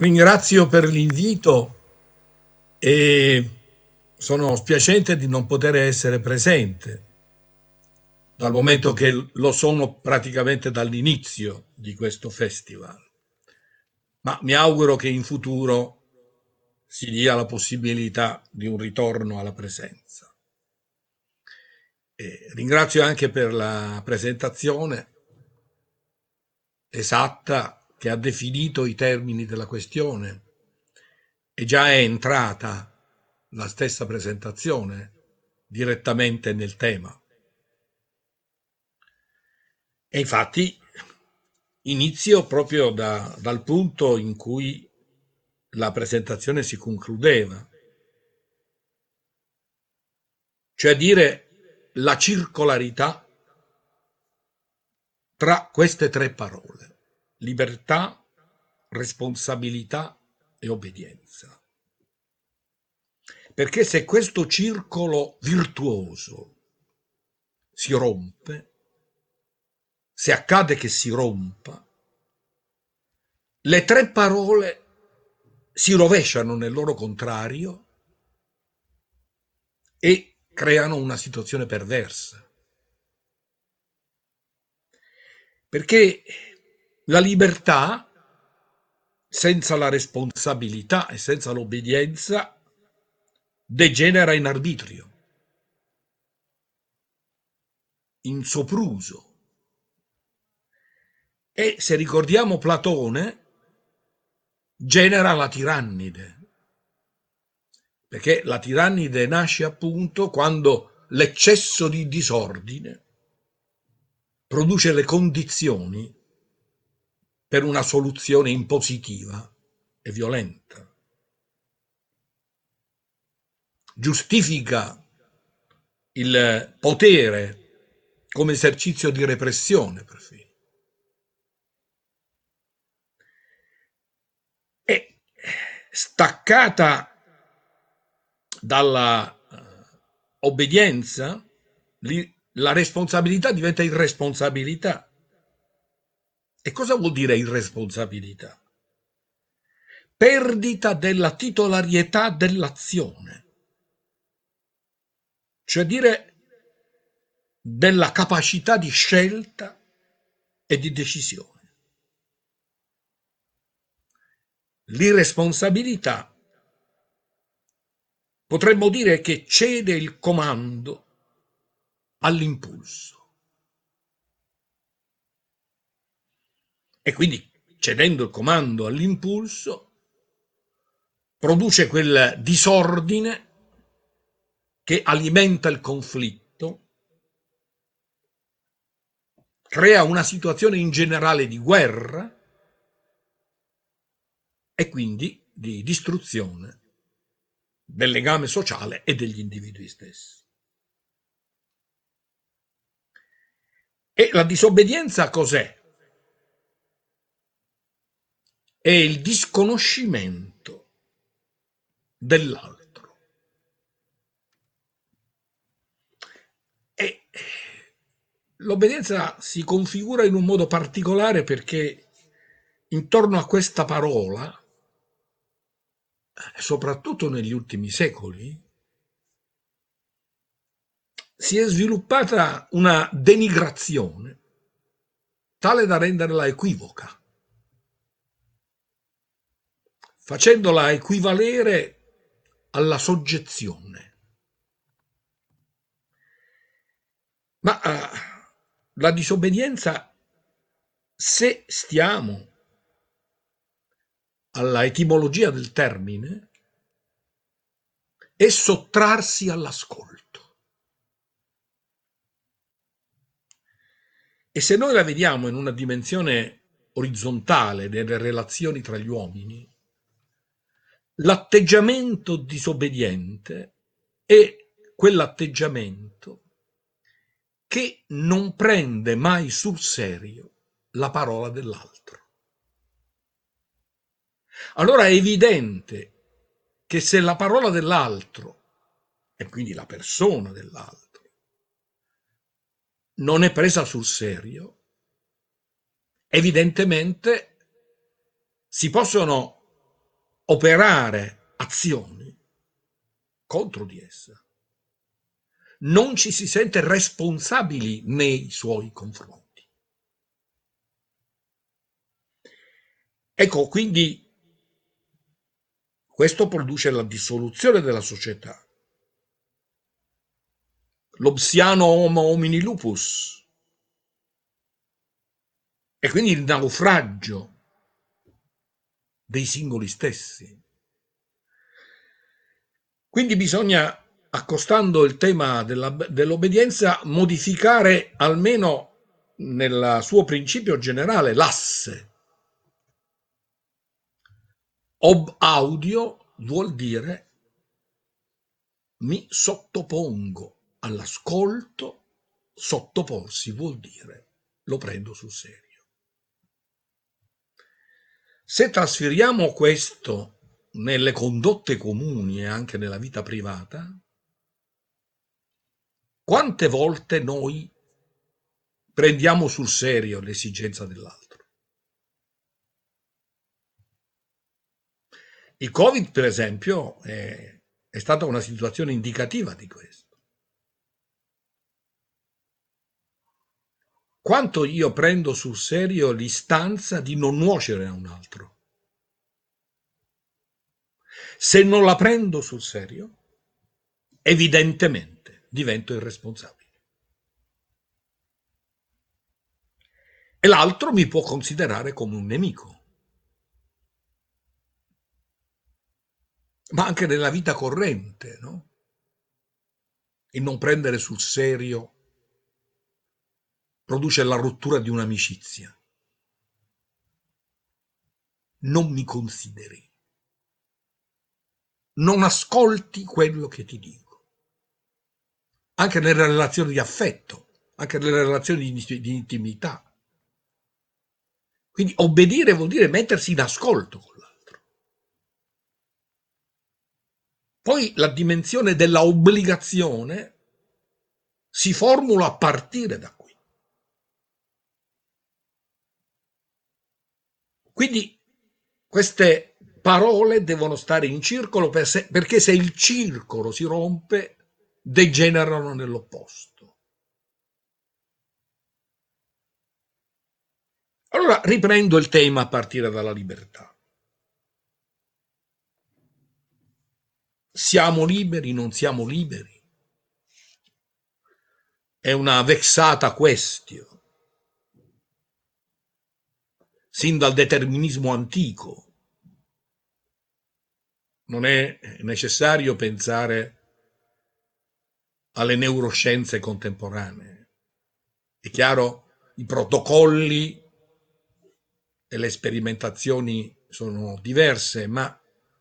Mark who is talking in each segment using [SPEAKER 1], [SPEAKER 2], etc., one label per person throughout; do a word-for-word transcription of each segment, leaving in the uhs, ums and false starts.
[SPEAKER 1] Ringrazio per l'invito e sono spiacente di non poter essere presente, dal momento che lo sono praticamente dall'inizio di questo festival. Ma mi auguro che in futuro si dia la possibilità di un ritorno alla presenza. E ringrazio anche per la presentazione esatta che ha definito i termini della questione. E già è entrata la stessa presentazione direttamente nel tema. E infatti inizio proprio da, dal punto in cui la presentazione si concludeva, cioè dire la circolarità tra queste tre parole: libertà, responsabilità e obbedienza. Perché se questo circolo virtuoso si rompe, se accade che si rompa, le tre parole si rovesciano nel loro contrario e creano una situazione perversa. Perché la libertà, senza la responsabilità e senza l'obbedienza, degenera in arbitrio, in sopruso. E se ricordiamo Platone, genera la tirannide, perché la tirannide nasce appunto quando l'eccesso di disordine produce le condizioni per una soluzione impositiva e violenta. Giustifica il potere come esercizio di repressione, perfino. E staccata dalla obbedienza, la responsabilità diventa irresponsabilità. E cosa vuol dire irresponsabilità? Perdita della titolarietà dell'azione, cioè dire della capacità di scelta e di decisione. L'irresponsabilità potremmo dire che cede il comando all'impulso. E quindi, cedendo il comando all'impulso, produce quel disordine che alimenta il conflitto, crea una situazione in generale di guerra e quindi di distruzione del legame sociale e degli individui stessi. E la disobbedienza cos'è? È il disconoscimento dell'altro. E l'obbedienza si configura in un modo particolare perché intorno a questa parola, soprattutto negli ultimi secoli, si è sviluppata una denigrazione tale da renderla equivoca, facendola equivalere alla soggezione. Ma uh, la disobbedienza, se stiamo alla etimologia del termine, è sottrarsi all'ascolto. E se noi la vediamo in una dimensione orizzontale delle relazioni tra gli uomini, l'atteggiamento disobbediente è quell'atteggiamento che non prende mai sul serio la parola dell'altro. Allora è evidente che se la parola dell'altro, e quindi la persona dell'altro, non è presa sul serio, evidentemente si possono operare azioni contro di essa. Non ci si sente responsabili nei suoi confronti. Ecco, quindi questo produce la dissoluzione della società. L'obsiano homo homini lupus, e quindi il naufragio dei singoli stessi. Quindi bisogna, accostando il tema della, dell'obbedienza, modificare almeno nel suo principio generale l'asse. Ob audio vuol dire mi sottopongo all'ascolto, sottoporsi vuol dire lo prendo sul serio. Se trasferiamo questo nelle condotte comuni e anche nella vita privata, quante volte noi prendiamo sul serio l'esigenza dell'altro? Il Covid, per esempio, è, è stata una situazione indicativa di questo. Quanto io prendo sul serio l'istanza di non nuocere a un altro? Se non la prendo sul serio, evidentemente divento irresponsabile. E l'altro mi può considerare come un nemico. Ma anche nella vita corrente, no? Il non prendere sul serio produce la rottura di un'amicizia. Non mi consideri. Non ascolti quello che ti dico. Anche nelle relazioni di affetto, anche nelle relazioni di, di intimità. Quindi obbedire vuol dire mettersi in ascolto con l'altro. Poi la dimensione della obbligazione si formula a partire da qui. Quindi queste parole devono stare in circolo per se, perché se il circolo si rompe, degenerano nell'opposto. Allora riprendo il tema a partire dalla libertà. Siamo liberi, non siamo liberi? È una vexata question. Sin dal determinismo antico. Non è necessario pensare alle neuroscienze contemporanee. È chiaro, i protocolli e le sperimentazioni sono diverse, ma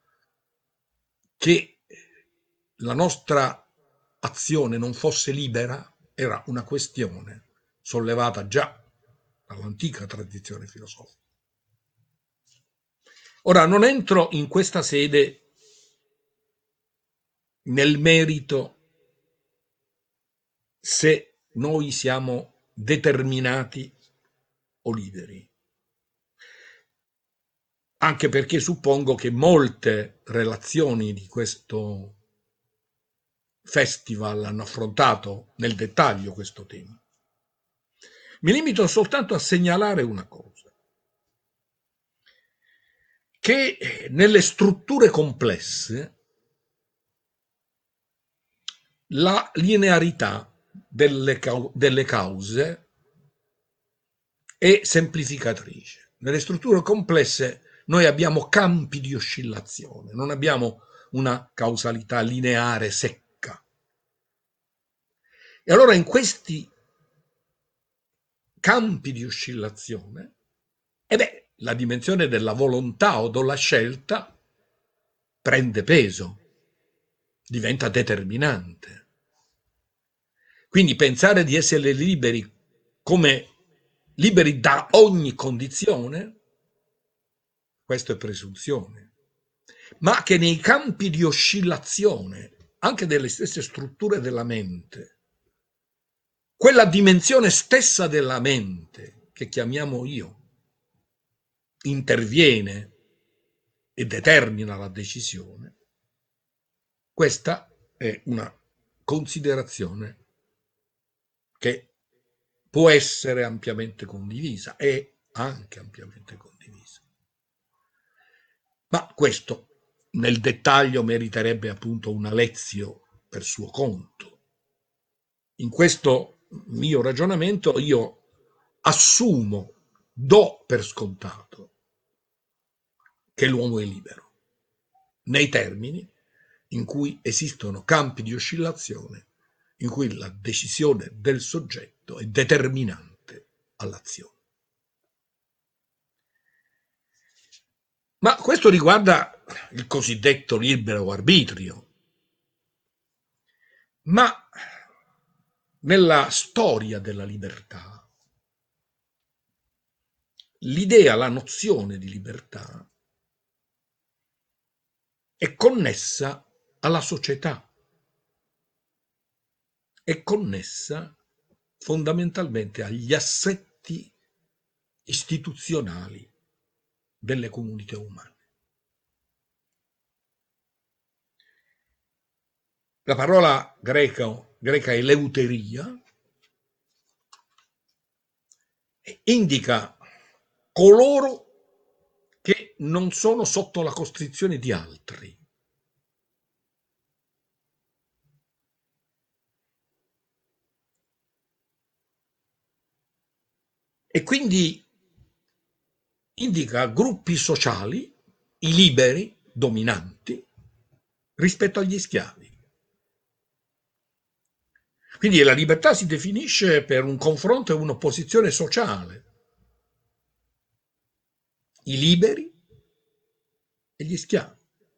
[SPEAKER 1] che la nostra azione non fosse libera era una questione sollevata già dall'antica tradizione filosofica. Ora non entro in questa sede nel merito se noi siamo determinati o liberi, anche perché suppongo che molte relazioni di questo festival hanno affrontato nel dettaglio questo tema. Mi limito soltanto a segnalare una cosa, che nelle strutture complesse la linearità delle, cau- delle cause è semplificatrice. Nelle strutture complesse noi abbiamo campi di oscillazione, non abbiamo una causalità lineare secca. E allora in questi campi di oscillazione, e beh, la dimensione della volontà o della scelta prende peso, diventa determinante. Quindi pensare di essere liberi come liberi da ogni condizione, questo è presunzione, ma che nei campi di oscillazione, anche delle stesse strutture della mente, quella dimensione stessa della mente che chiamiamo io, interviene e determina la decisione, questa è una considerazione che può essere ampiamente condivisa, è anche ampiamente condivisa. Ma questo nel dettaglio meriterebbe appunto una lezione per suo conto. In questo mio ragionamento io assumo, do per scontato che l'uomo è libero, nei termini in cui esistono campi di oscillazione in cui la decisione del soggetto è determinante all'azione. Ma questo riguarda il cosiddetto libero arbitrio. Ma nella storia della libertà, l'idea, la nozione di libertà è connessa alla società, è connessa fondamentalmente agli assetti istituzionali delle comunità umane. La parola greca, greca eleuteria indica coloro che non sono sotto la costrizione di altri. E quindi indica gruppi sociali, i liberi, dominanti, rispetto agli schiavi. Quindi la libertà si definisce per un confronto e un'opposizione sociale. I liberi e gli schiavi.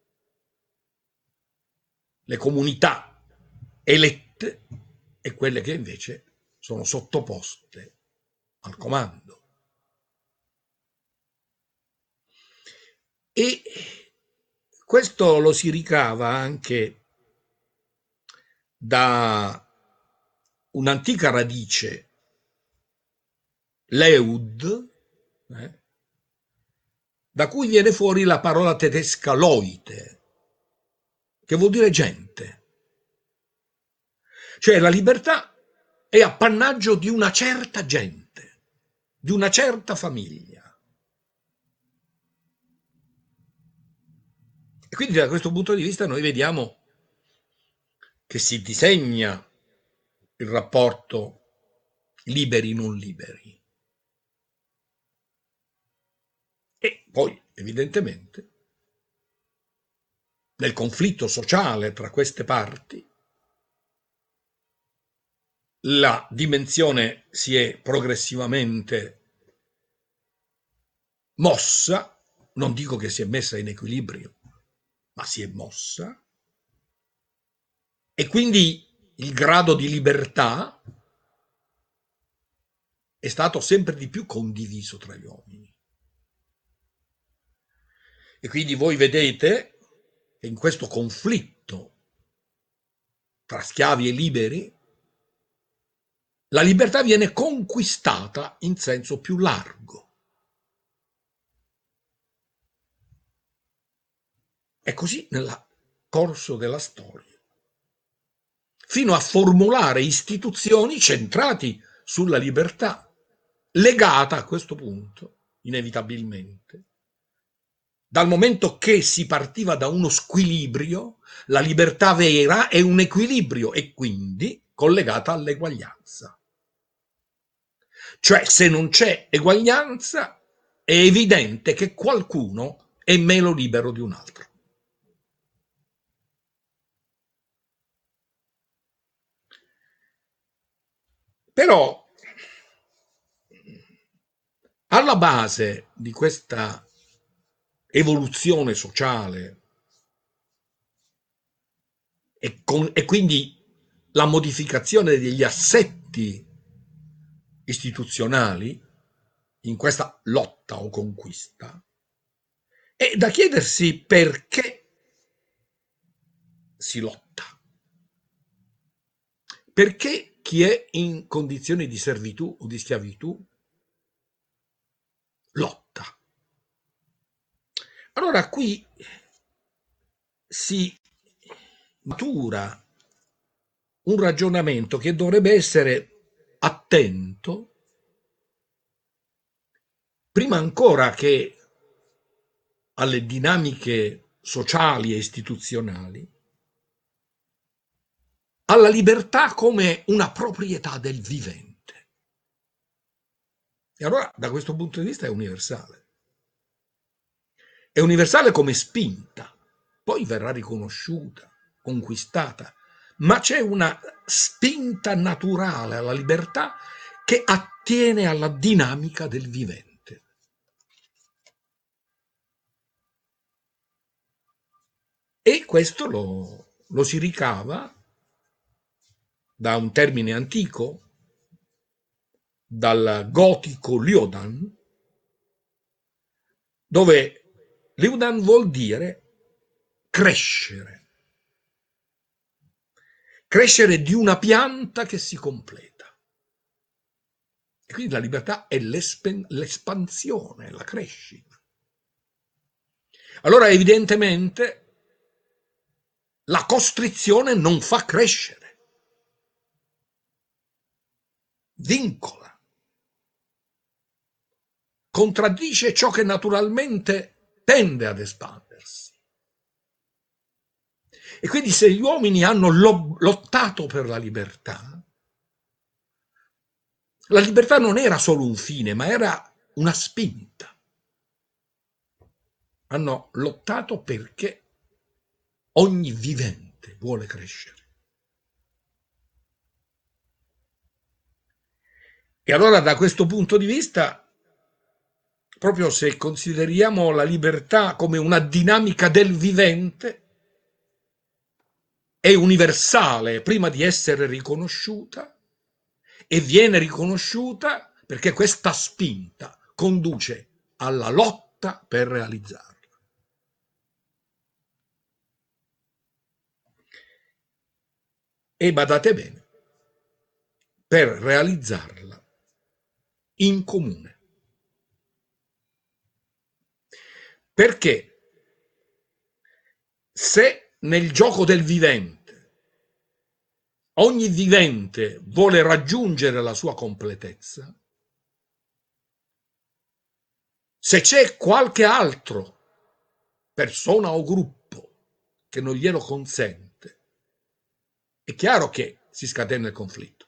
[SPEAKER 1] Le comunità elette e quelle che invece sono sottoposte al comando. E questo lo si ricava anche da un'antica radice, leud, eh, da cui viene fuori la parola tedesca Leute, che vuol dire gente. Cioè la libertà è appannaggio di una certa gente, di una certa famiglia. E quindi da questo punto di vista noi vediamo che si disegna il rapporto liberi-non liberi. E poi, evidentemente, nel conflitto sociale tra queste parti, la dimensione si è progressivamente mossa, non dico che si è messa in equilibrio, ma si è mossa, e quindi il grado di libertà è stato sempre di più condiviso tra gli uomini. E quindi voi vedete che in questo conflitto tra schiavi e liberi la libertà viene conquistata in senso più largo. E così nel corso della storia, fino a formulare istituzioni centrate sulla libertà, legata a questo punto, inevitabilmente, dal momento che si partiva da uno squilibrio, la libertà vera è un equilibrio e quindi collegata all'eguaglianza. Cioè, se non c'è eguaglianza, è evidente che qualcuno è meno libero di un altro. Però, alla base di questa evoluzione sociale e, con, e quindi la modificazione degli assetti istituzionali in questa lotta o conquista, è da chiedersi perché si lotta. Perché chi è in condizioni di servitù o di schiavitù lotta? Allora qui si matura un ragionamento che dovrebbe essere attento prima ancora che alle dinamiche sociali e istituzionali, alla libertà come una proprietà del vivente. E allora da questo punto di vista è universale. È universale come spinta, poi verrà riconosciuta, conquistata, ma c'è una spinta naturale alla libertà che attiene alla dinamica del vivente. E questo lo, lo si ricava da un termine antico, dal gotico Liodan, dove Liodan vuol dire crescere, crescere di una pianta che si completa. E quindi la libertà è l'espansione, la crescita. Allora evidentemente la costrizione non fa crescere, vincola, contraddice ciò che naturalmente tende ad espandersi. E quindi se gli uomini hanno lottato per la libertà, la libertà non era solo un fine, ma era una spinta. Hanno lottato perché ogni vivente vuole crescere. E allora da questo punto di vista, proprio se consideriamo la libertà come una dinamica del vivente, è universale prima di essere riconosciuta e viene riconosciuta perché questa spinta conduce alla lotta per realizzarla. E badate bene, per realizzarla in comune. Perché se nel gioco del vivente ogni vivente vuole raggiungere la sua completezza, se c'è qualche altro persona o gruppo che non glielo consente, è chiaro che si scatena il conflitto.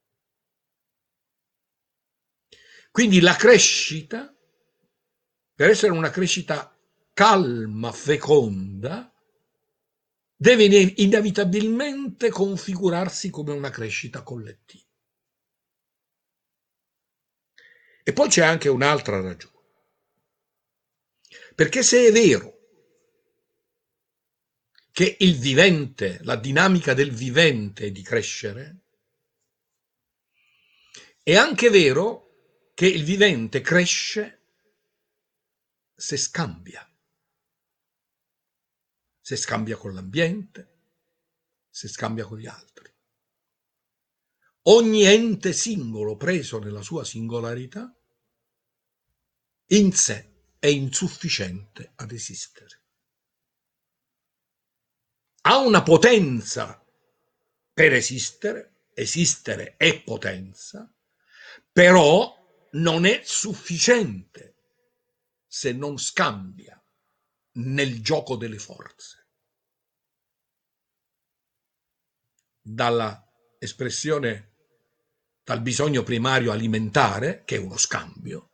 [SPEAKER 1] Quindi la crescita, per essere una crescita calma, feconda, deve inevitabilmente configurarsi come una crescita collettiva. E poi c'è anche un'altra ragione. Perché se è vero che il vivente, la dinamica del vivente è di crescere, è anche vero che il vivente cresce se scambia. Se scambia con l'ambiente, se scambia con gli altri. Ogni ente singolo preso nella sua singolarità in sé è insufficiente ad esistere. Ha una potenza per esistere, esistere è potenza, però non è sufficiente se non scambia nel gioco delle forze. Dalla espressione, dal bisogno primario alimentare, che è uno scambio,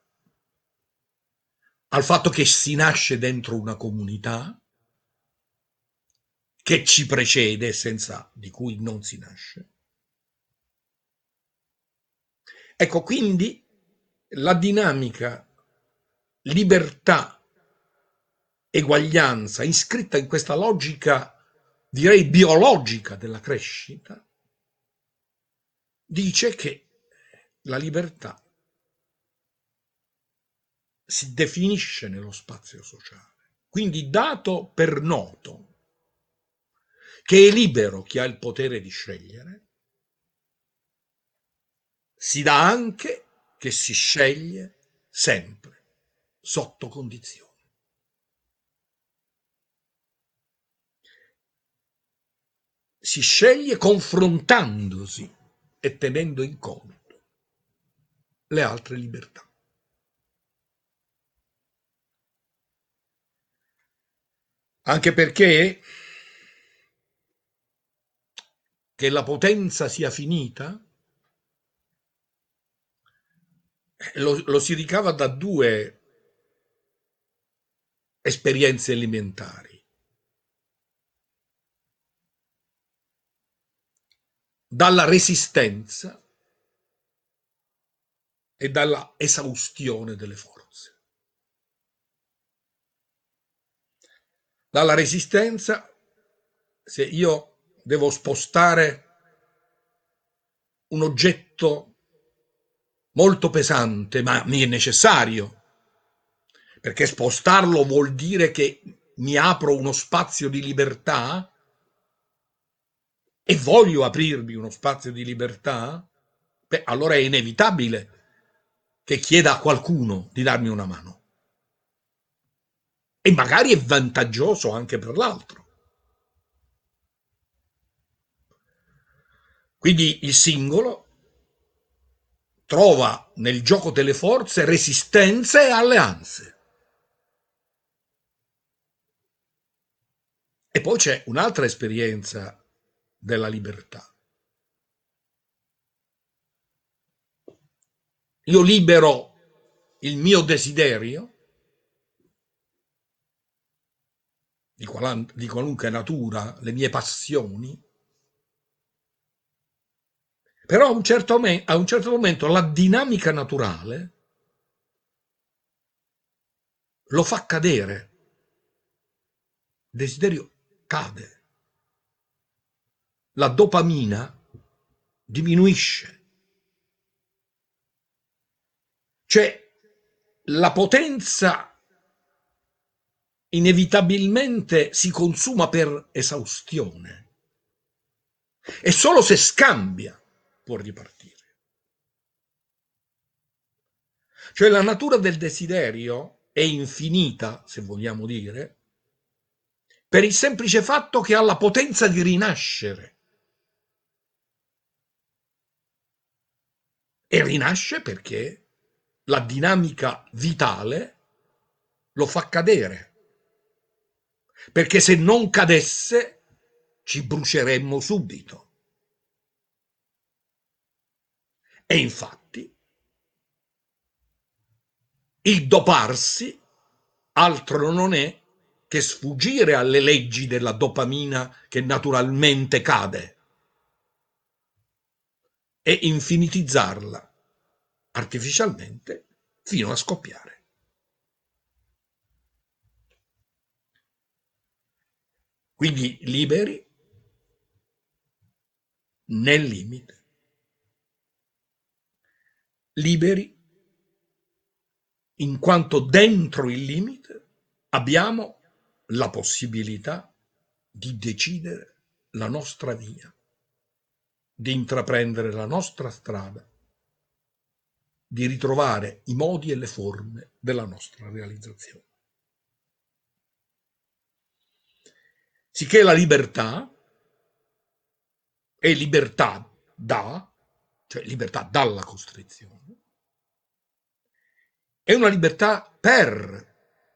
[SPEAKER 1] al fatto che si nasce dentro una comunità che ci precede, senza di cui non si nasce. Ecco, quindi la dinamica libertà, eguaglianza, iscritta in questa logica, direi biologica della crescita, dice che la libertà si definisce nello spazio sociale. Quindi, dato per noto che è libero chi ha il potere di scegliere, si dà anche che si sceglie sempre sotto condizioni. si sceglie confrontandosi e tenendo in conto le altre libertà. Anche perché che la potenza sia finita lo, lo si ricava da due esperienze elementari: dalla resistenza e dalla esaustione delle forze. Dalla resistenza, se io devo spostare un oggetto molto pesante, ma mi è necessario, perché spostarlo vuol dire che mi apro uno spazio di libertà e voglio aprirmi uno spazio di libertà, beh, allora è inevitabile che chieda a qualcuno di darmi una mano. E magari è vantaggioso anche per l'altro. Quindi il singolo trova nel gioco delle forze resistenze e alleanze. E poi c'è un'altra esperienza della libertà. Io libero il mio desiderio di, qual- di qualunque natura, le mie passioni, però a un certo, a un certo momento la dinamica naturale lo fa cadere, il desiderio cade, la dopamina diminuisce, cioè la potenza inevitabilmente si consuma per esaustione e solo se scambia può ripartire. Cioè la natura del desiderio è infinita, se vogliamo dire, per il semplice fatto che ha la potenza di rinascere. E rinasce perché la dinamica vitale lo fa cadere. Perché se non cadesse ci bruceremmo subito. E infatti il doparsi altro non è che sfuggire alle leggi della dopamina che naturalmente cade e infinitizzarla artificialmente fino a scoppiare. Quindi liberi nel limite, liberi in quanto dentro il limite abbiamo la possibilità di decidere la nostra via, di intraprendere la nostra strada, di ritrovare i modi e le forme della nostra realizzazione. Sicché la libertà è libertà da, cioè libertà dalla costrizione, è una libertà per,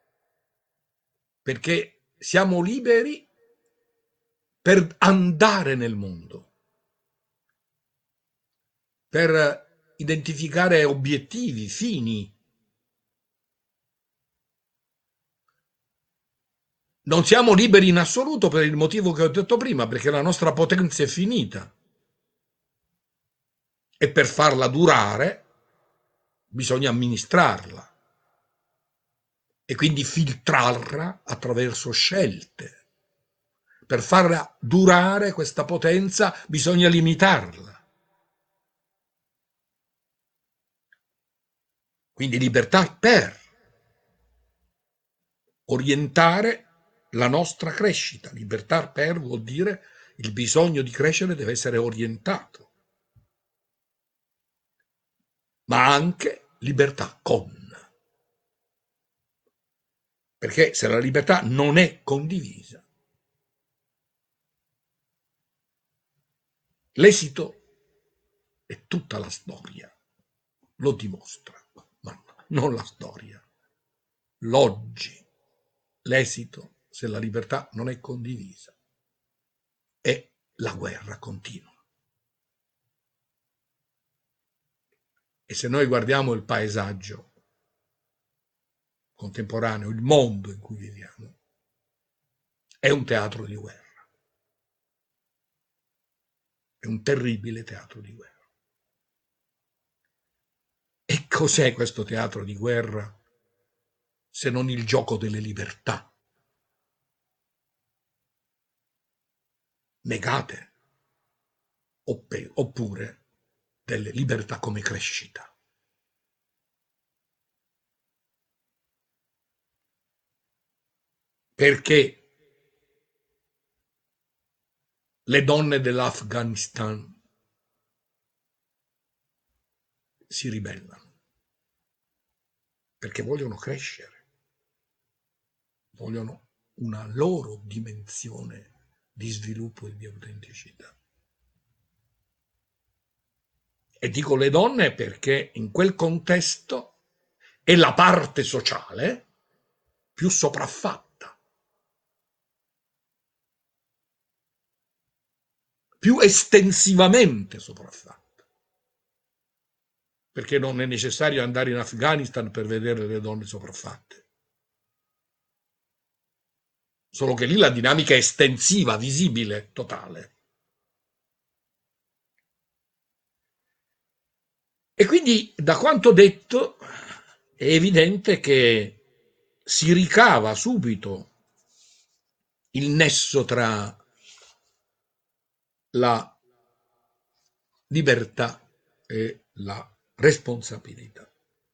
[SPEAKER 1] perché siamo liberi per andare nel mondo, per identificare obiettivi, fini. Non siamo liberi in assoluto per il motivo che ho detto prima, perché la nostra potenza è finita. E per farla durare bisogna amministrarla e quindi filtrarla attraverso scelte. Per farla durare questa potenza bisogna limitarla. Quindi libertà per orientare la nostra crescita. Libertà per vuol dire il bisogno di crescere deve essere orientato, ma anche libertà con. Perché se la libertà non è condivisa, L'esito è tutta la storia, lo dimostra, ma non la storia. L'oggi, l'esito, se la libertà non è condivisa, è la guerra continua. E se noi guardiamo il paesaggio contemporaneo, il mondo in cui viviamo, è un teatro di guerra. È un terribile teatro di guerra. E cos'è questo teatro di guerra se non il gioco delle libertà negate oppure delle libertà come crescita? Perché le donne dell'Afghanistan si ribellano? Perché vogliono crescere, vogliono una loro dimensione di sviluppo e di autenticità. E dico le donne perché in quel contesto è la parte sociale più sopraffatta, più estensivamente sopraffatta. Perché non è necessario andare in Afghanistan per vedere le donne sopraffatte. Solo che lì la dinamica è estensiva, visibile, totale. E quindi, da quanto detto, è evidente che si ricava subito il nesso tra la libertà e la responsabilità.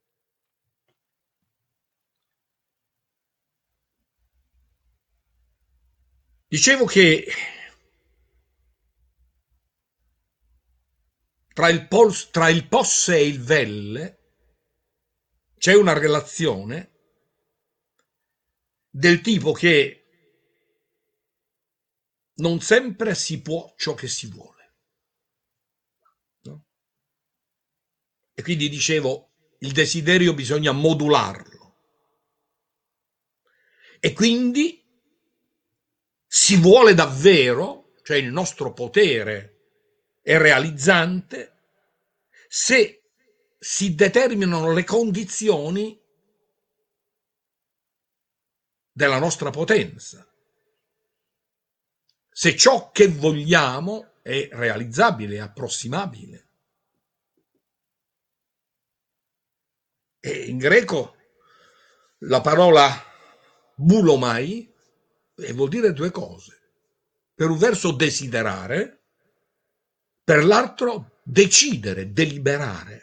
[SPEAKER 1] Dicevo che tra il, pos, tra il posse e il velle c'è una relazione del tipo che non sempre si può ciò che si vuole. No? E quindi dicevo, il desiderio bisogna modularlo. E quindi si vuole davvero, cioè il nostro potere è realizzante, se si determinano le condizioni della nostra potenza. Se ciò che vogliamo è realizzabile, è approssimabile. E in greco la parola boulomai vuol dire due cose. Per un verso desiderare, per l'altro decidere, deliberare.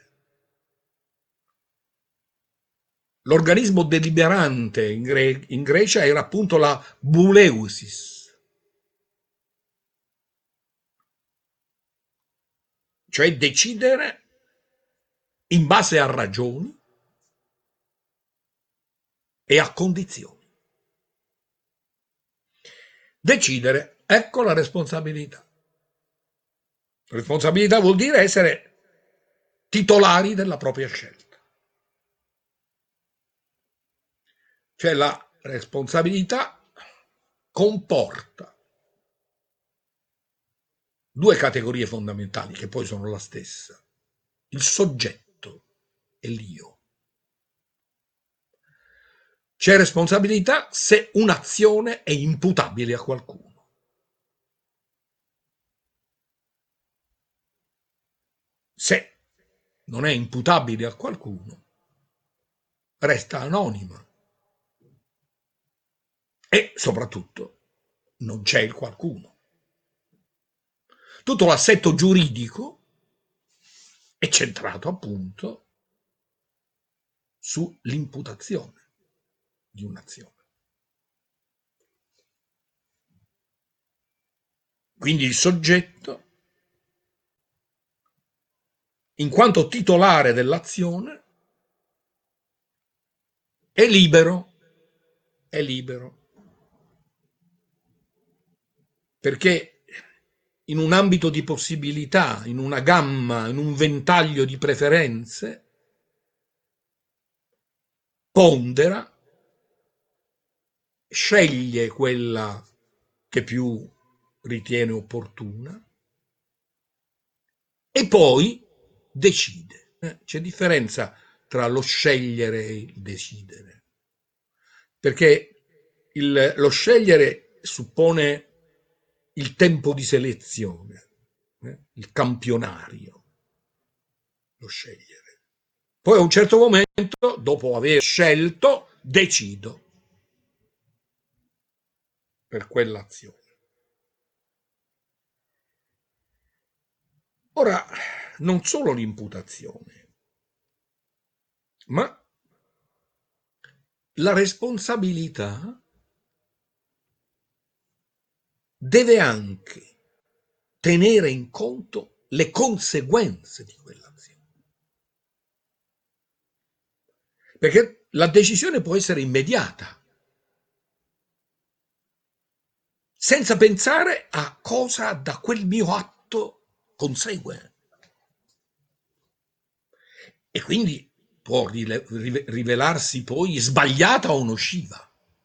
[SPEAKER 1] L'organismo deliberante in, Gre- in Grecia era appunto la bouleusis, cioè decidere in base a ragioni e a condizioni. Decidere, ecco la responsabilità. Responsabilità vuol dire essere titolari della propria scelta. Cioè la responsabilità comporta due categorie fondamentali che poi sono la stessa: il soggetto e l'io. C'è responsabilità se un'azione è imputabile a qualcuno. Se non è imputabile a qualcuno, resta anonima. E soprattutto non c'è il qualcuno. Tutto l'assetto giuridico è centrato appunto sull'imputazione di un'azione. Quindi il soggetto, in quanto titolare dell'azione, è libero, è libero, perché in un ambito di possibilità, in una gamma, in un ventaglio di preferenze, pondera, sceglie quella che più ritiene opportuna e poi decide. Eh, C'è differenza tra lo scegliere e il decidere, perché il- lo scegliere suppone il tempo di selezione, eh, il campionario, lo scegliere. Poi a un certo momento, dopo aver scelto, decido per quell'azione. Ora, non solo l'imputazione, ma la responsabilità deve anche tenere in conto le conseguenze di quell'azione. Perché la decisione può essere immediata, senza pensare a cosa da quel mio atto consegue. E quindi può rivelarsi poi sbagliata o nociva.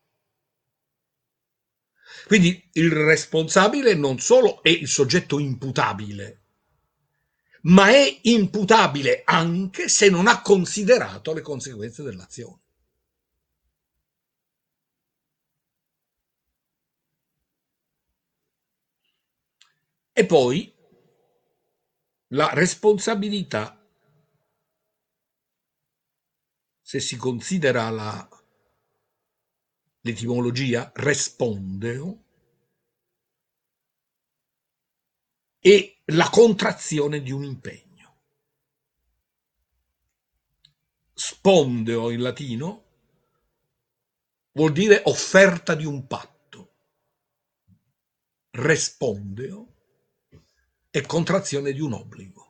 [SPEAKER 1] Quindi il responsabile non solo è il soggetto imputabile, ma è imputabile anche se non ha considerato le conseguenze dell'azione. E poi la responsabilità, se si considera la, l'etimologia respondeo, è la contrazione di un impegno. Spondeo in latino vuol dire offerta di un patto. Respondeo è contrazione di un obbligo.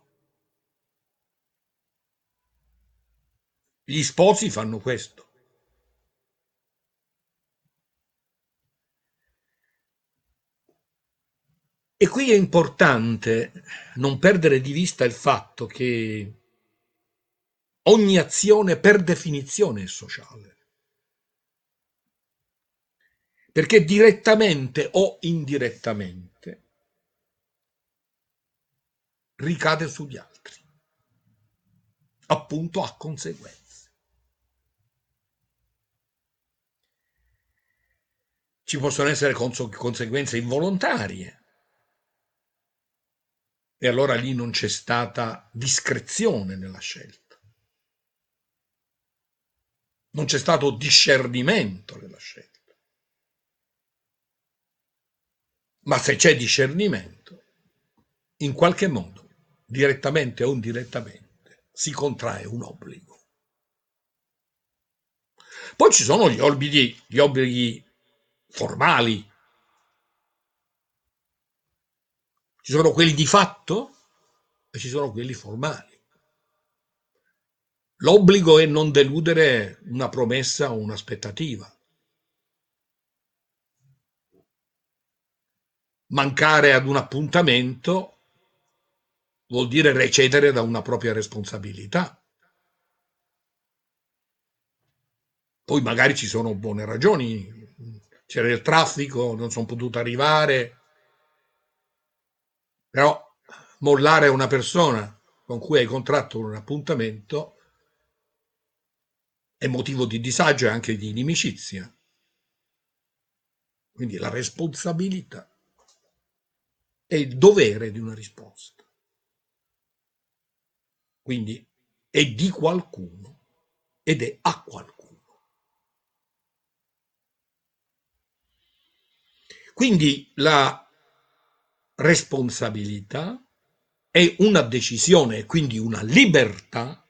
[SPEAKER 1] Gli sposi fanno questo. E qui è importante non perdere di vista il fatto che ogni azione per definizione è sociale, perché direttamente o indirettamente ricade sugli altri, appunto ha conseguenze. Ci possono essere conseguenze involontarie, e allora lì non c'è stata discrezione nella scelta, non c'è stato discernimento nella scelta. Ma se c'è discernimento, in qualche modo, direttamente o indirettamente, si contrae un obbligo. Poi ci sono gli obblighi, gli obblighi formali, ci sono quelli di fatto e ci sono quelli formali. L'obbligo è non deludere una promessa o un'aspettativa. Mancare ad un appuntamento vuol dire recedere da una propria responsabilità. Poi magari ci sono buone ragioni, c'era il traffico, non sono potuto arrivare, però mollare una persona con cui hai contratto un appuntamento è motivo di disagio e anche di inimicizia. Quindi la responsabilità è il dovere di una risposta. Quindi è di qualcuno ed è a qualcuno. Quindi la responsabilità è una decisione e quindi una libertà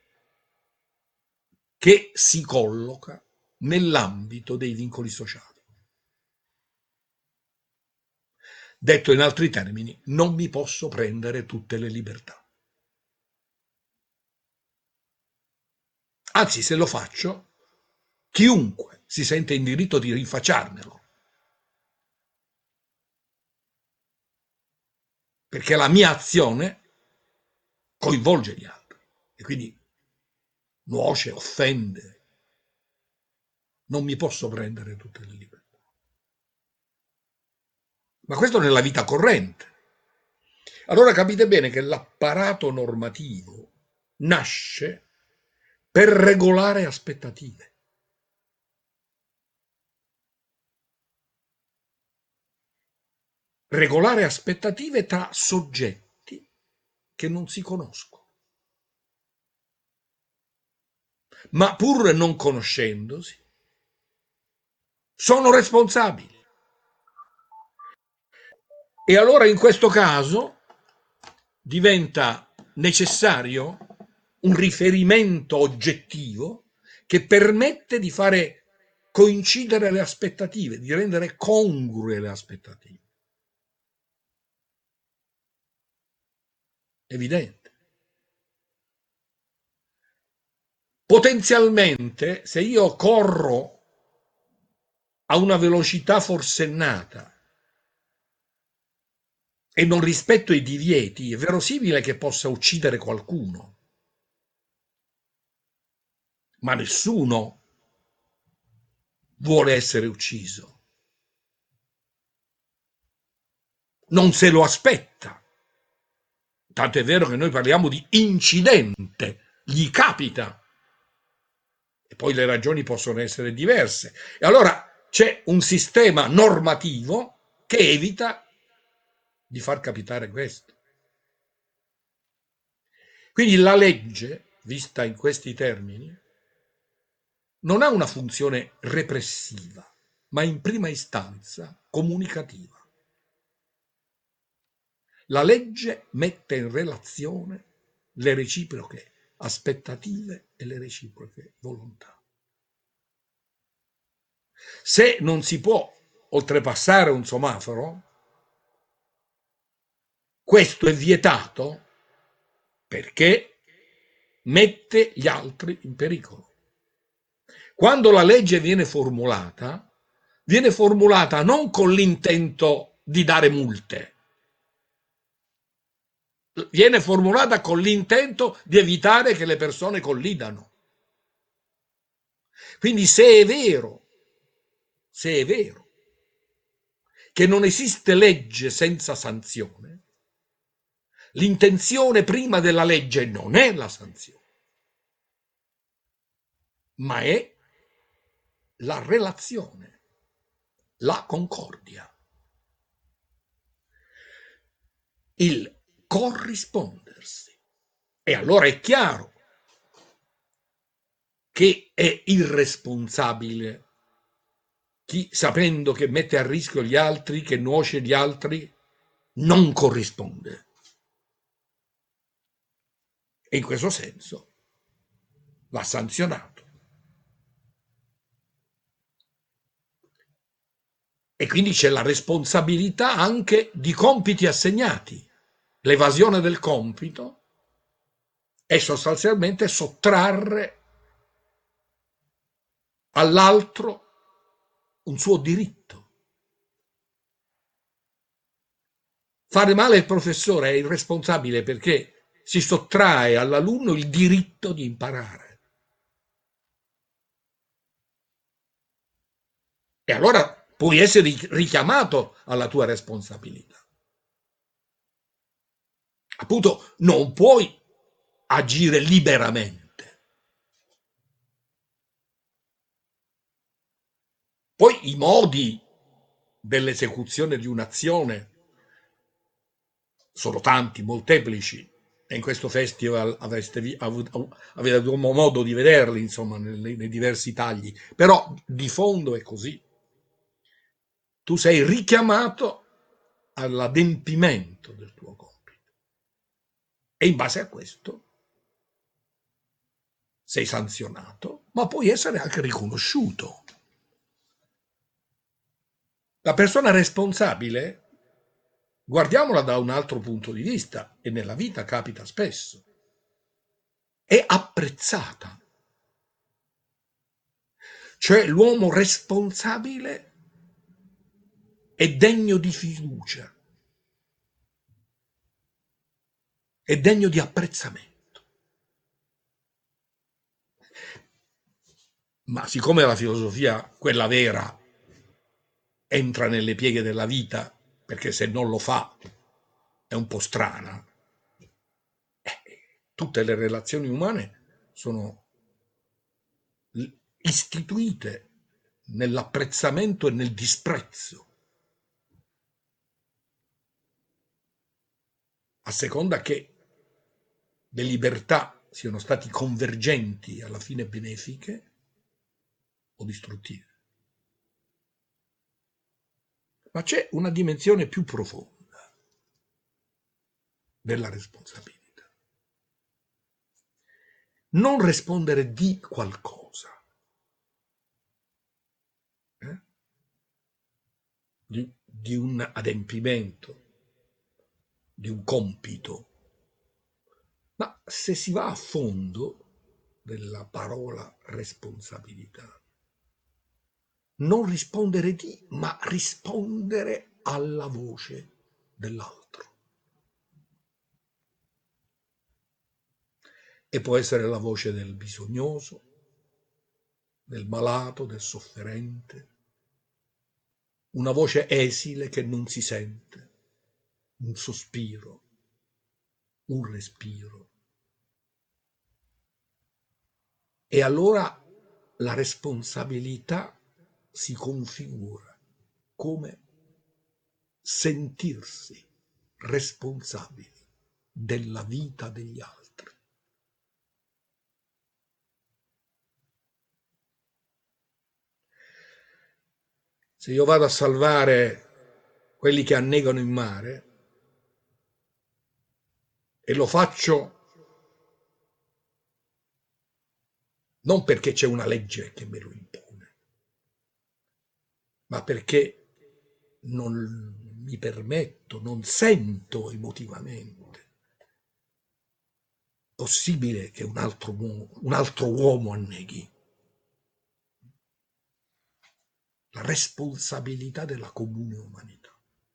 [SPEAKER 1] che si colloca nell'ambito dei vincoli sociali. Detto in altri termini, non mi posso prendere tutte le libertà. Anzi, se lo faccio, chiunque si sente in diritto di rinfacciarmelo. perché la mia azione coinvolge gli altri e quindi nuoce, offende. Non mi posso prendere tutte le libertà. Ma questo nella vita corrente. Allora capite bene che l'apparato normativo nasce per regolare aspettative. Regolare aspettative tra soggetti che non si conoscono. Ma pur non conoscendosi, sono responsabili. E allora in questo caso diventa necessario un riferimento oggettivo che permette di fare coincidere le aspettative, di rendere congrue le aspettative. Evidente. Potenzialmente, se io corro a una velocità forsennata e non rispetto i divieti, è verosimile che possa uccidere qualcuno. Ma nessuno vuole essere ucciso. Non se lo aspetta. Tanto è vero che noi parliamo di incidente, gli capita. E poi le ragioni possono essere diverse. E allora c'è un sistema normativo che evita di far capitare questo. Quindi la legge, vista in questi termini, non ha una funzione repressiva, ma in prima istanza comunicativa. La legge mette in relazione le reciproche aspettative e le reciproche volontà. Se non si può oltrepassare un semaforo, questo è vietato perché mette gli altri in pericolo. Quando la legge viene formulata, viene formulata non con l'intento di dare multe, viene formulata con l'intento di evitare che le persone collidano. Quindi se è vero, se è vero che non esiste legge senza sanzione, l'intenzione prima della legge non è la sanzione, ma è la relazione, la concordia, il corrispondersi. E allora è chiaro che è irresponsabile chi, sapendo che mette a rischio gli altri, che nuoce gli altri, non corrisponde. E in questo senso va sanzionato. E quindi c'è la responsabilità anche di compiti assegnati. L'evasione del compito è sostanzialmente sottrarre all'altro un suo diritto. Fare male il professore è irresponsabile perché si sottrae all'alunno il diritto di imparare. E allora puoi essere richiamato alla tua responsabilità. Appunto, non puoi agire liberamente. Poi i modi dell'esecuzione di un'azione sono tanti, molteplici, e in questo festival avreste avuto, avete avuto modo di vederli, insomma, nei, nei diversi tagli, però di fondo è così. Tu sei richiamato all'adempimento del tuo compito e in base a questo sei sanzionato, ma puoi essere anche riconosciuto. La persona responsabile, guardiamola da un altro punto di vista, e nella vita capita spesso, è apprezzata. Cioè l'uomo responsabile è degno di fiducia. è degno di apprezzamento. Ma siccome la filosofia, quella vera, entra nelle pieghe della vita, perché se non lo fa è un po' strana, eh, tutte le relazioni umane sono istituite nell'apprezzamento e nel disprezzo, a seconda che le libertà siano stati convergenti alla fine benefiche o distruttive. Ma c'è una dimensione più profonda della responsabilità. Non rispondere di qualcosa, eh? di, di un adempimento, di un compito. Ma se si va a fondo della parola responsabilità, non rispondere di, ma rispondere alla voce dell'altro. E può essere la voce del bisognoso, del malato, del sofferente, una voce esile che non si sente, un sospiro, un respiro. E allora la responsabilità si configura come sentirsi responsabili della vita degli altri. Se io vado a salvare quelli che annegano in mare e lo faccio non perché c'è una legge che me lo impone, ma perché non mi permetto, non sento emotivamente possibile che un altro, un altro uomo anneghi. La responsabilità della comune umanità.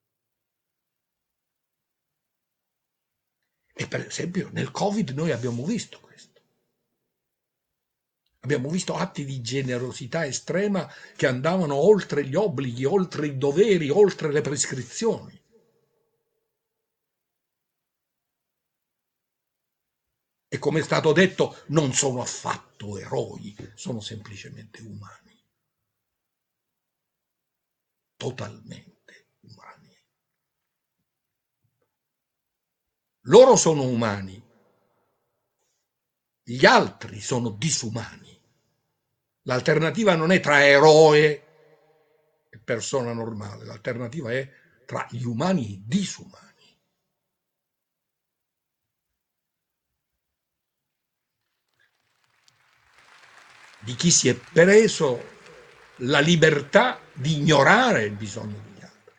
[SPEAKER 1] E per esempio nel Covid noi abbiamo visto questo. Abbiamo visto atti di generosità estrema che andavano oltre gli obblighi, oltre i doveri, oltre le prescrizioni. E come è stato detto, non sono affatto eroi, sono semplicemente umani. Totalmente umani. Loro sono umani, gli altri sono disumani. L'alternativa non è tra eroe e persona normale, l'alternativa è tra gli umani e i disumani. Di chi si è preso la libertà di ignorare il bisogno degli altri.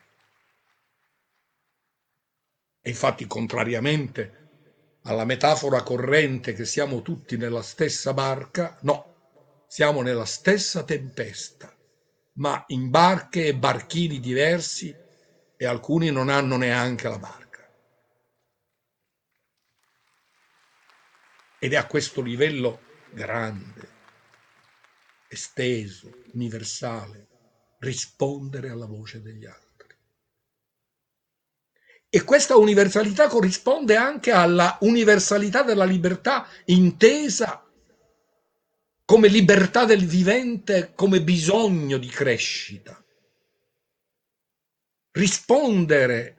[SPEAKER 1] E infatti, contrariamente alla metafora corrente che siamo tutti nella stessa barca, no, siamo nella stessa tempesta, ma in barche e barchini diversi e alcuni non hanno neanche la barca. Ed è a questo livello grande, esteso, universale, rispondere alla voce degli altri. E questa universalità corrisponde anche alla universalità della libertà intesa come libertà del vivente, come bisogno di crescita. Rispondere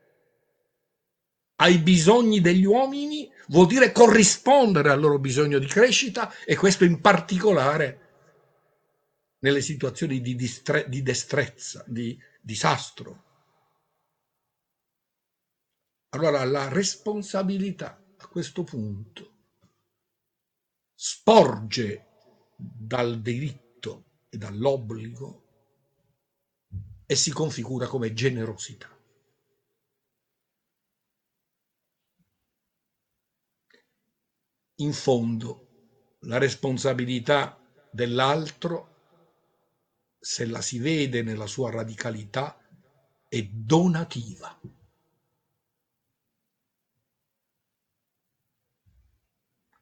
[SPEAKER 1] ai bisogni degli uomini vuol dire corrispondere al loro bisogno di crescita, e questo in particolare nelle situazioni di, distre- di destrezza, di disastro. Allora la responsabilità a questo punto sporge dal diritto e dall'obbligo e si configura come generosità. In fondo, la responsabilità dell'altro, se la si vede nella sua radicalità, è donativa.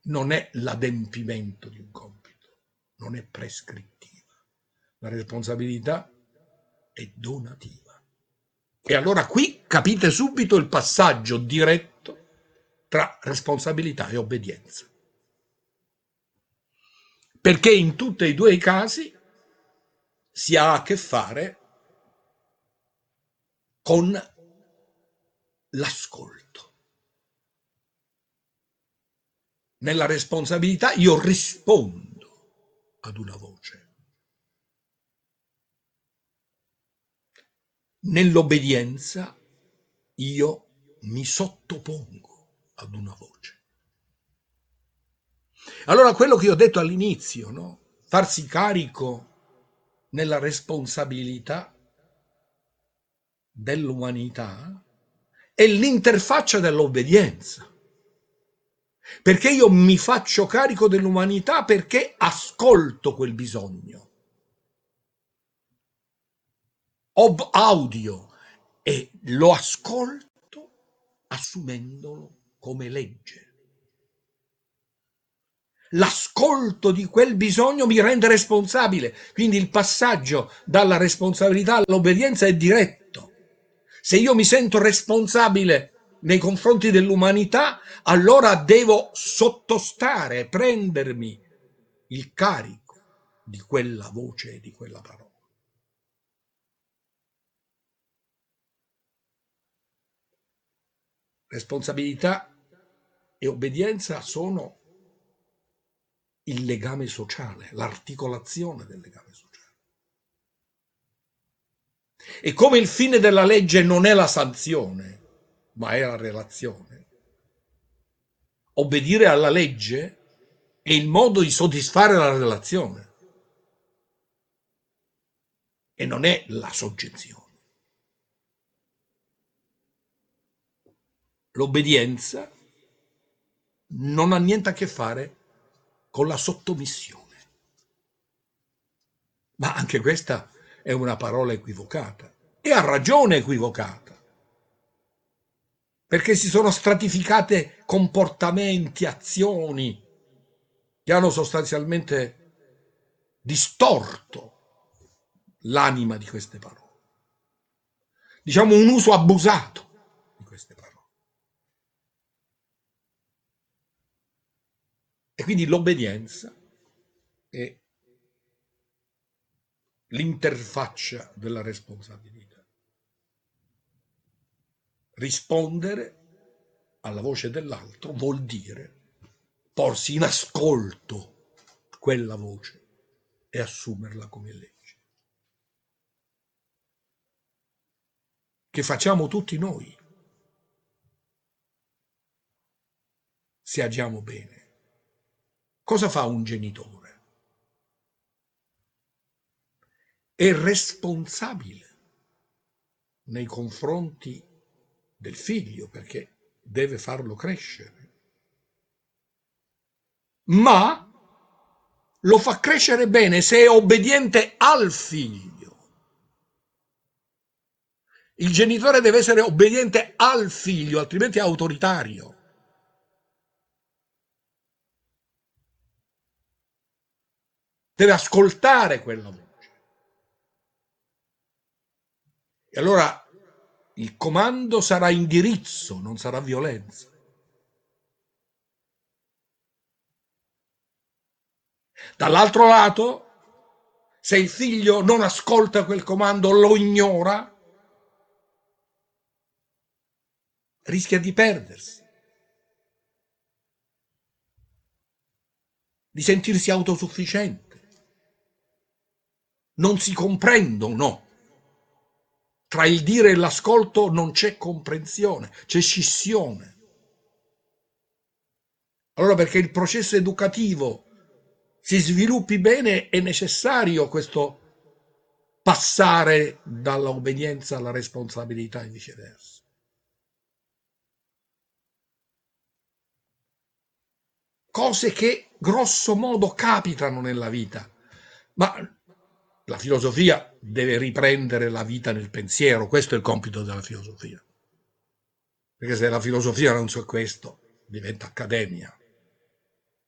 [SPEAKER 1] non è l'adempimento di un compito, non è prescrittiva. La responsabilità è donativa. E allora qui capite subito il passaggio diretto tra responsabilità e obbedienza. Perché in tutti e due i casi si ha a che fare con l'ascolto. Nella responsabilità io rispondo ad una voce. Nell'obbedienza io mi sottopongo ad una voce. Allora quello che io ho detto all'inizio, no? Farsi carico nella responsabilità dell'umanità è l'interfaccia dell'obbedienza. Perché io mi faccio carico dell'umanità perché ascolto quel bisogno. Ob audio e lo ascolto assumendolo come legge. L'ascolto di quel bisogno mi rende responsabile, quindi il passaggio dalla responsabilità all'obbedienza è diretto. Se io mi sento responsabile nei confronti dell'umanità, allora devo sottostare, prendermi il carico di quella voce e di quella parola. Responsabilità e obbedienza sono il legame sociale, l'articolazione del legame sociale. E come il fine della legge non è la sanzione, ma è la relazione, obbedire alla legge è il modo di soddisfare la relazione e non è la soggezione. L'obbedienza non ha niente a che fare con la sottomissione. Ma anche questa è una parola equivocata e ha ragione equivocata, perché si sono stratificate comportamenti, azioni che hanno sostanzialmente distorto l'anima di queste parole. Diciamo un uso abusato di queste parole. E quindi l'obbedienza è l'interfaccia della responsabilità. Rispondere alla voce dell'altro vuol dire porsi in ascolto quella voce e assumerla come legge. Che facciamo tutti noi se agiamo bene. Cosa fa un genitore? È responsabile nei confronti del figlio perché deve farlo crescere, ma lo fa crescere bene se è obbediente al figlio. Il genitore deve essere obbediente al figlio, altrimenti è autoritario. Deve ascoltare quella voce. E allora il comando sarà indirizzo, non sarà violenza. Dall'altro lato, se il figlio non ascolta quel comando, lo ignora, rischia di perdersi, di sentirsi autosufficiente. Non si comprendono. Tra il dire e l'ascolto non c'è comprensione, c'è scissione. Allora, perché il processo educativo si sviluppi bene, è necessario questo passare dall'obbedienza alla responsabilità e viceversa. Cose che grosso modo capitano nella vita, ma la filosofia deve riprendere la vita nel pensiero, questo è il compito della filosofia. Perché se la filosofia non sa questo, diventa accademia.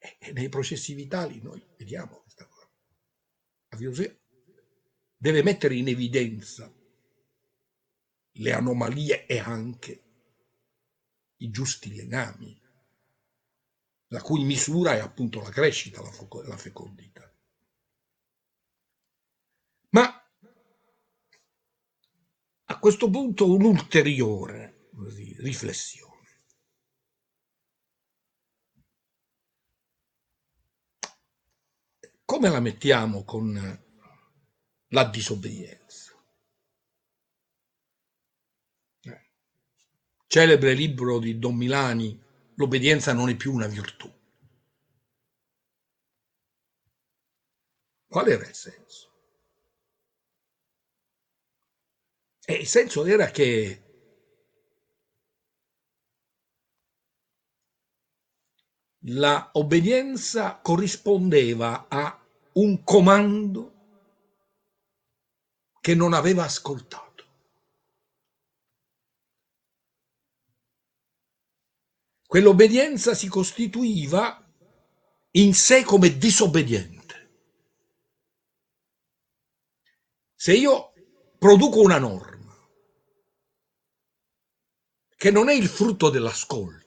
[SPEAKER 1] E nei processi vitali noi vediamo questa cosa. La filosofia deve mettere in evidenza le anomalie e anche i giusti legami, la cui misura è appunto la crescita, la fecondità. Ma a questo punto un'ulteriore così, riflessione. Come la mettiamo con la disobbedienza? Eh. Celebre libro di Don Milani, L'obbedienza non è più una virtù. Qual era il senso? E il senso era che la obbedienza corrispondeva a un comando che non aveva ascoltato. Quell'obbedienza si costituiva in sé come disobbediente. Se io produco una norma che non è il frutto dell'ascolto,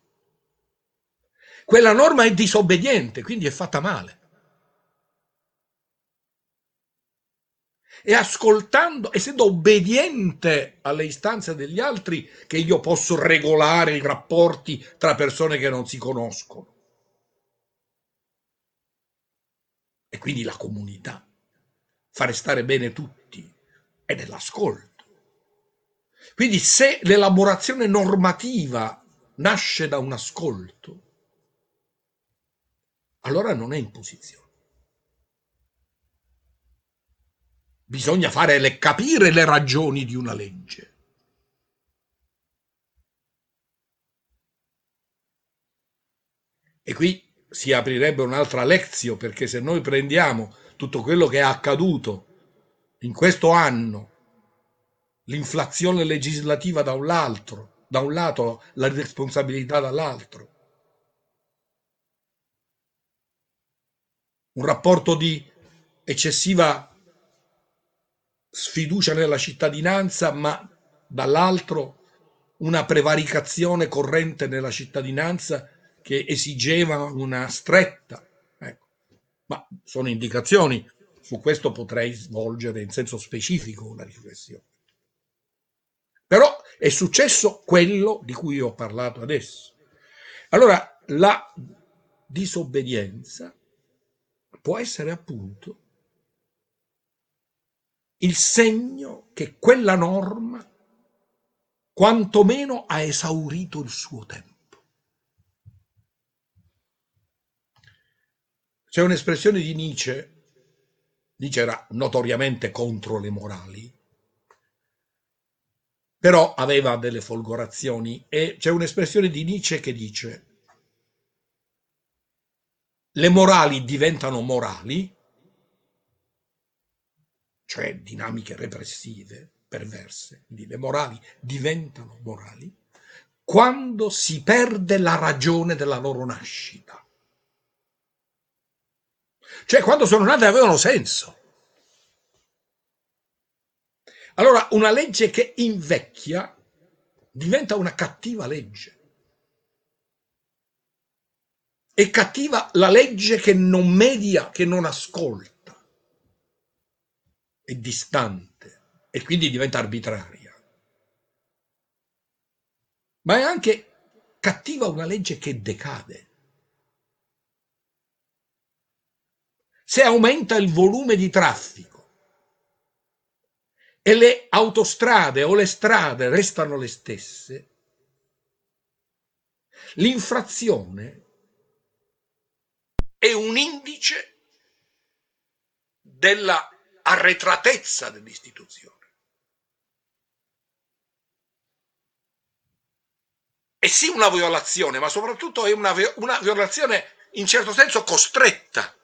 [SPEAKER 1] quella norma è disobbediente, quindi è fatta male. E ascoltando, essendo obbediente alle istanze degli altri, che io posso regolare i rapporti tra persone che non si conoscono. E quindi la comunità, fare stare bene tutti, è nell'ascolto. Quindi se l'elaborazione normativa nasce da un ascolto, allora non è imposizione. Bisogna fare le, capire le ragioni di una legge. E qui si aprirebbe un'altra lezione, perché se noi prendiamo tutto quello che è accaduto in questo anno, l'inflazione legislativa da un lato, da un lato la responsabilità dall'altro, un rapporto di eccessiva sfiducia nella cittadinanza, ma dall'altro una prevaricazione corrente nella cittadinanza che esigeva una stretta. Ecco. Ma sono indicazioni, su questo potrei svolgere in senso specifico una riflessione. Però è successo quello di cui ho parlato adesso. Allora, la disobbedienza può essere appunto il segno che quella norma quantomeno ha esaurito il suo tempo. C'è un'espressione di Nietzsche, Nietzsche era notoriamente contro le morali, però aveva delle folgorazioni, e c'è un'espressione di Nietzsche che dice: le morali diventano morali, cioè dinamiche repressive, perverse, quindi le morali diventano morali, quando si perde la ragione della loro nascita. Cioè quando sono nate avevano senso. Allora una legge che invecchia diventa una cattiva legge. È cattiva la legge che non media, che non ascolta, è distante e quindi diventa arbitraria. Ma è anche cattiva una legge che decade. Se aumenta il volume di traffico e le autostrade o le strade restano le stesse, l'infrazione è un indice della arretratezza dell'istituzione. È sì una violazione, ma soprattutto è una, una violazione in certo senso costretta.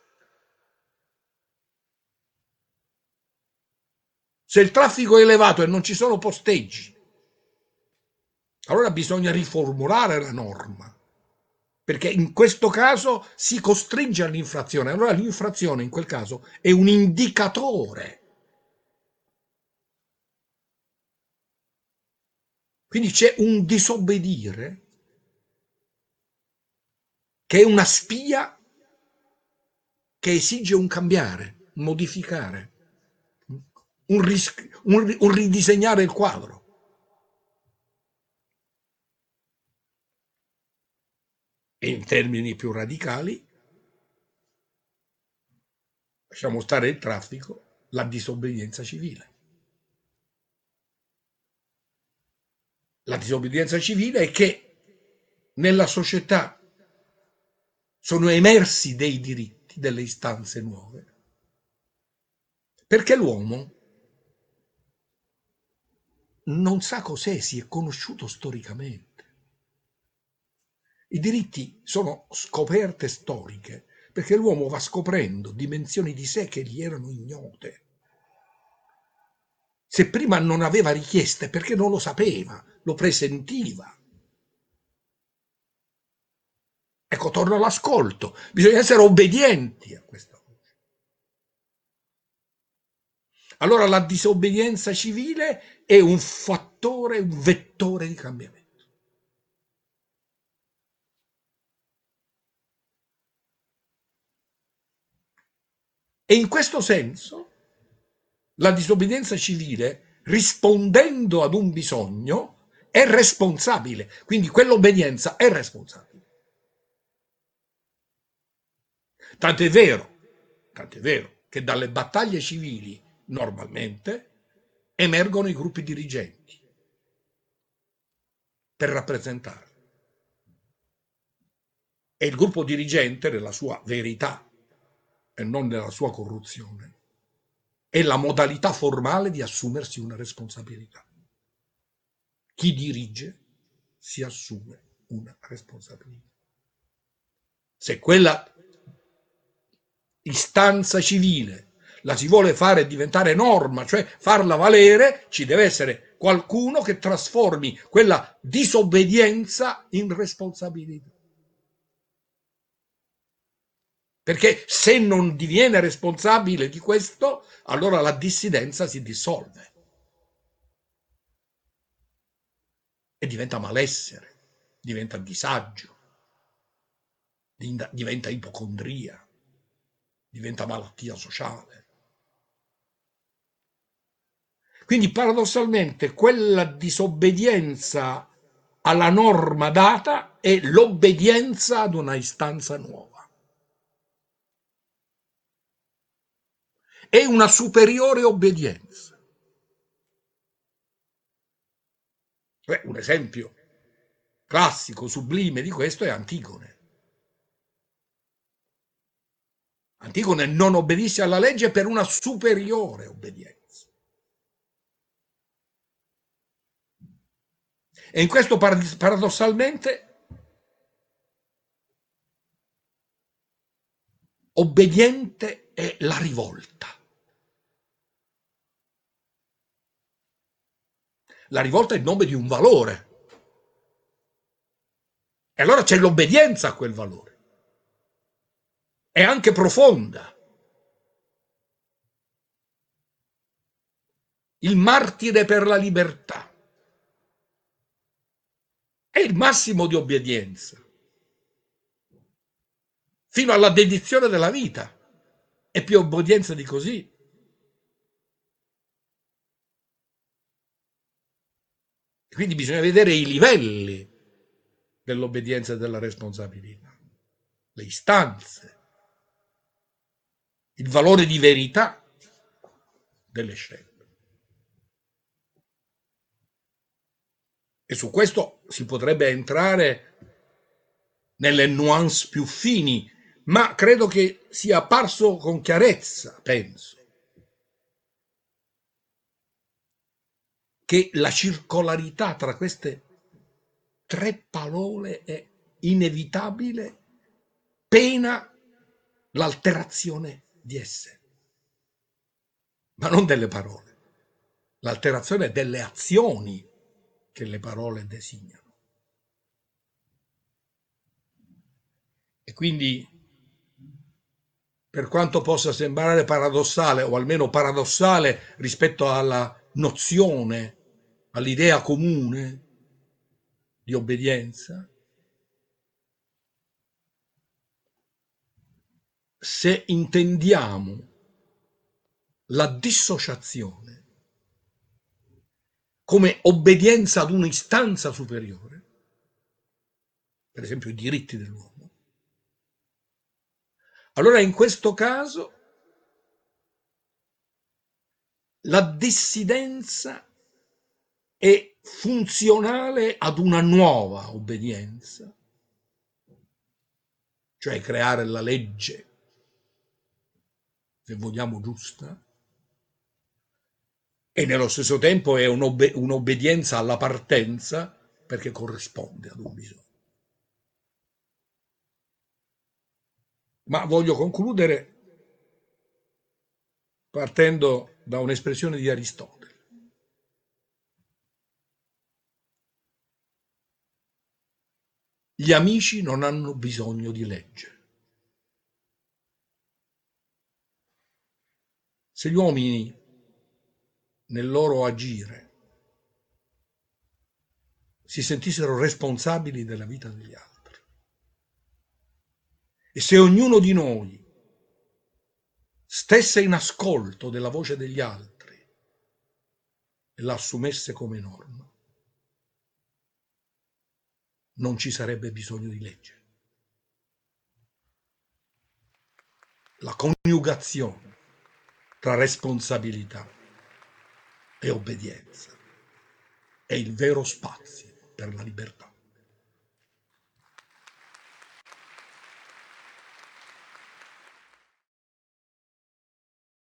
[SPEAKER 1] Se il traffico è elevato e non ci sono posteggi, allora bisogna riformulare la norma perché in questo caso si costringe all'infrazione. Allora l'infrazione in quel caso è un indicatore. Quindi c'è un disobbedire che è una spia che esige un cambiare, un modificare, un, ris- un, un ridisegnare il quadro. E in termini più radicali, lasciamo stare il traffico, la disobbedienza civile. La disobbedienza civile è che nella società sono emersi dei diritti, delle istanze nuove, perché l'uomo non sa cos'è, si è conosciuto storicamente. I diritti sono scoperte storiche, perché l'uomo va scoprendo dimensioni di sé che gli erano ignote. Se prima non aveva richieste, perché non lo sapeva, lo presentiva. Ecco, torno all'ascolto, bisogna essere obbedienti a questa voce. Allora la disobbedienza civile è un fattore, un vettore di cambiamento. E in questo senso la disobbedienza civile, rispondendo ad un bisogno, è responsabile, quindi quell'obbedienza è responsabile. Tant'è vero, tant'è vero che dalle battaglie civili normalmente emergono i gruppi dirigenti per rappresentare. E il gruppo dirigente, nella sua verità e non nella sua corruzione, è la modalità formale di assumersi una responsabilità. Chi dirige si assume una responsabilità. Se quella istanza civile la si vuole fare diventare norma, cioè farla valere, ci deve essere qualcuno che trasformi quella disobbedienza in responsabilità. Perché se non diviene responsabile di questo, allora la dissidenza si dissolve e diventa malessere, diventa disagio, diventa ipocondria, diventa malattia sociale. Quindi paradossalmente quella disobbedienza alla norma data è l'obbedienza ad una istanza nuova. È una superiore obbedienza. Beh, un esempio classico, sublime di questo è Antigone. Antigone non obbedisce alla legge per una superiore obbedienza. E in questo paradossalmente obbediente è la rivolta. La rivolta è il nome di un valore. E allora c'è l'obbedienza a quel valore. È anche profonda. Il martire per la libertà è il massimo di obbedienza, fino alla dedizione della vita. È più obbedienza di così. Quindi bisogna vedere i livelli dell'obbedienza e della responsabilità, le istanze, il valore di verità delle scelte. E su questo si potrebbe entrare nelle nuance più fini, ma credo che sia apparso con chiarezza, penso, che la circolarità tra queste tre parole è inevitabile, pena l'alterazione di esse, ma non delle parole, l'alterazione delle azioni che le parole designano. E quindi, per quanto possa sembrare paradossale, o almeno paradossale rispetto alla nozione, all'idea comune di obbedienza, se intendiamo la dissociazione come obbedienza ad un'istanza superiore, per esempio i diritti dell'uomo, allora in questo caso la dissidenza è funzionale ad una nuova obbedienza, cioè creare la legge, se vogliamo, giusta, e nello stesso tempo è un'obb- un'obbedienza alla partenza perché corrisponde ad un bisogno. Ma voglio concludere partendo da un'espressione di Aristotele. Gli amici non hanno bisogno di legge. Se gli uomini nel loro agire si sentissero responsabili della vita degli altri e se ognuno di noi stesse in ascolto della voce degli altri e la assumesse come norma, non ci sarebbe bisogno di legge. La coniugazione tra responsabilità e obbedienza è il vero spazio per la libertà.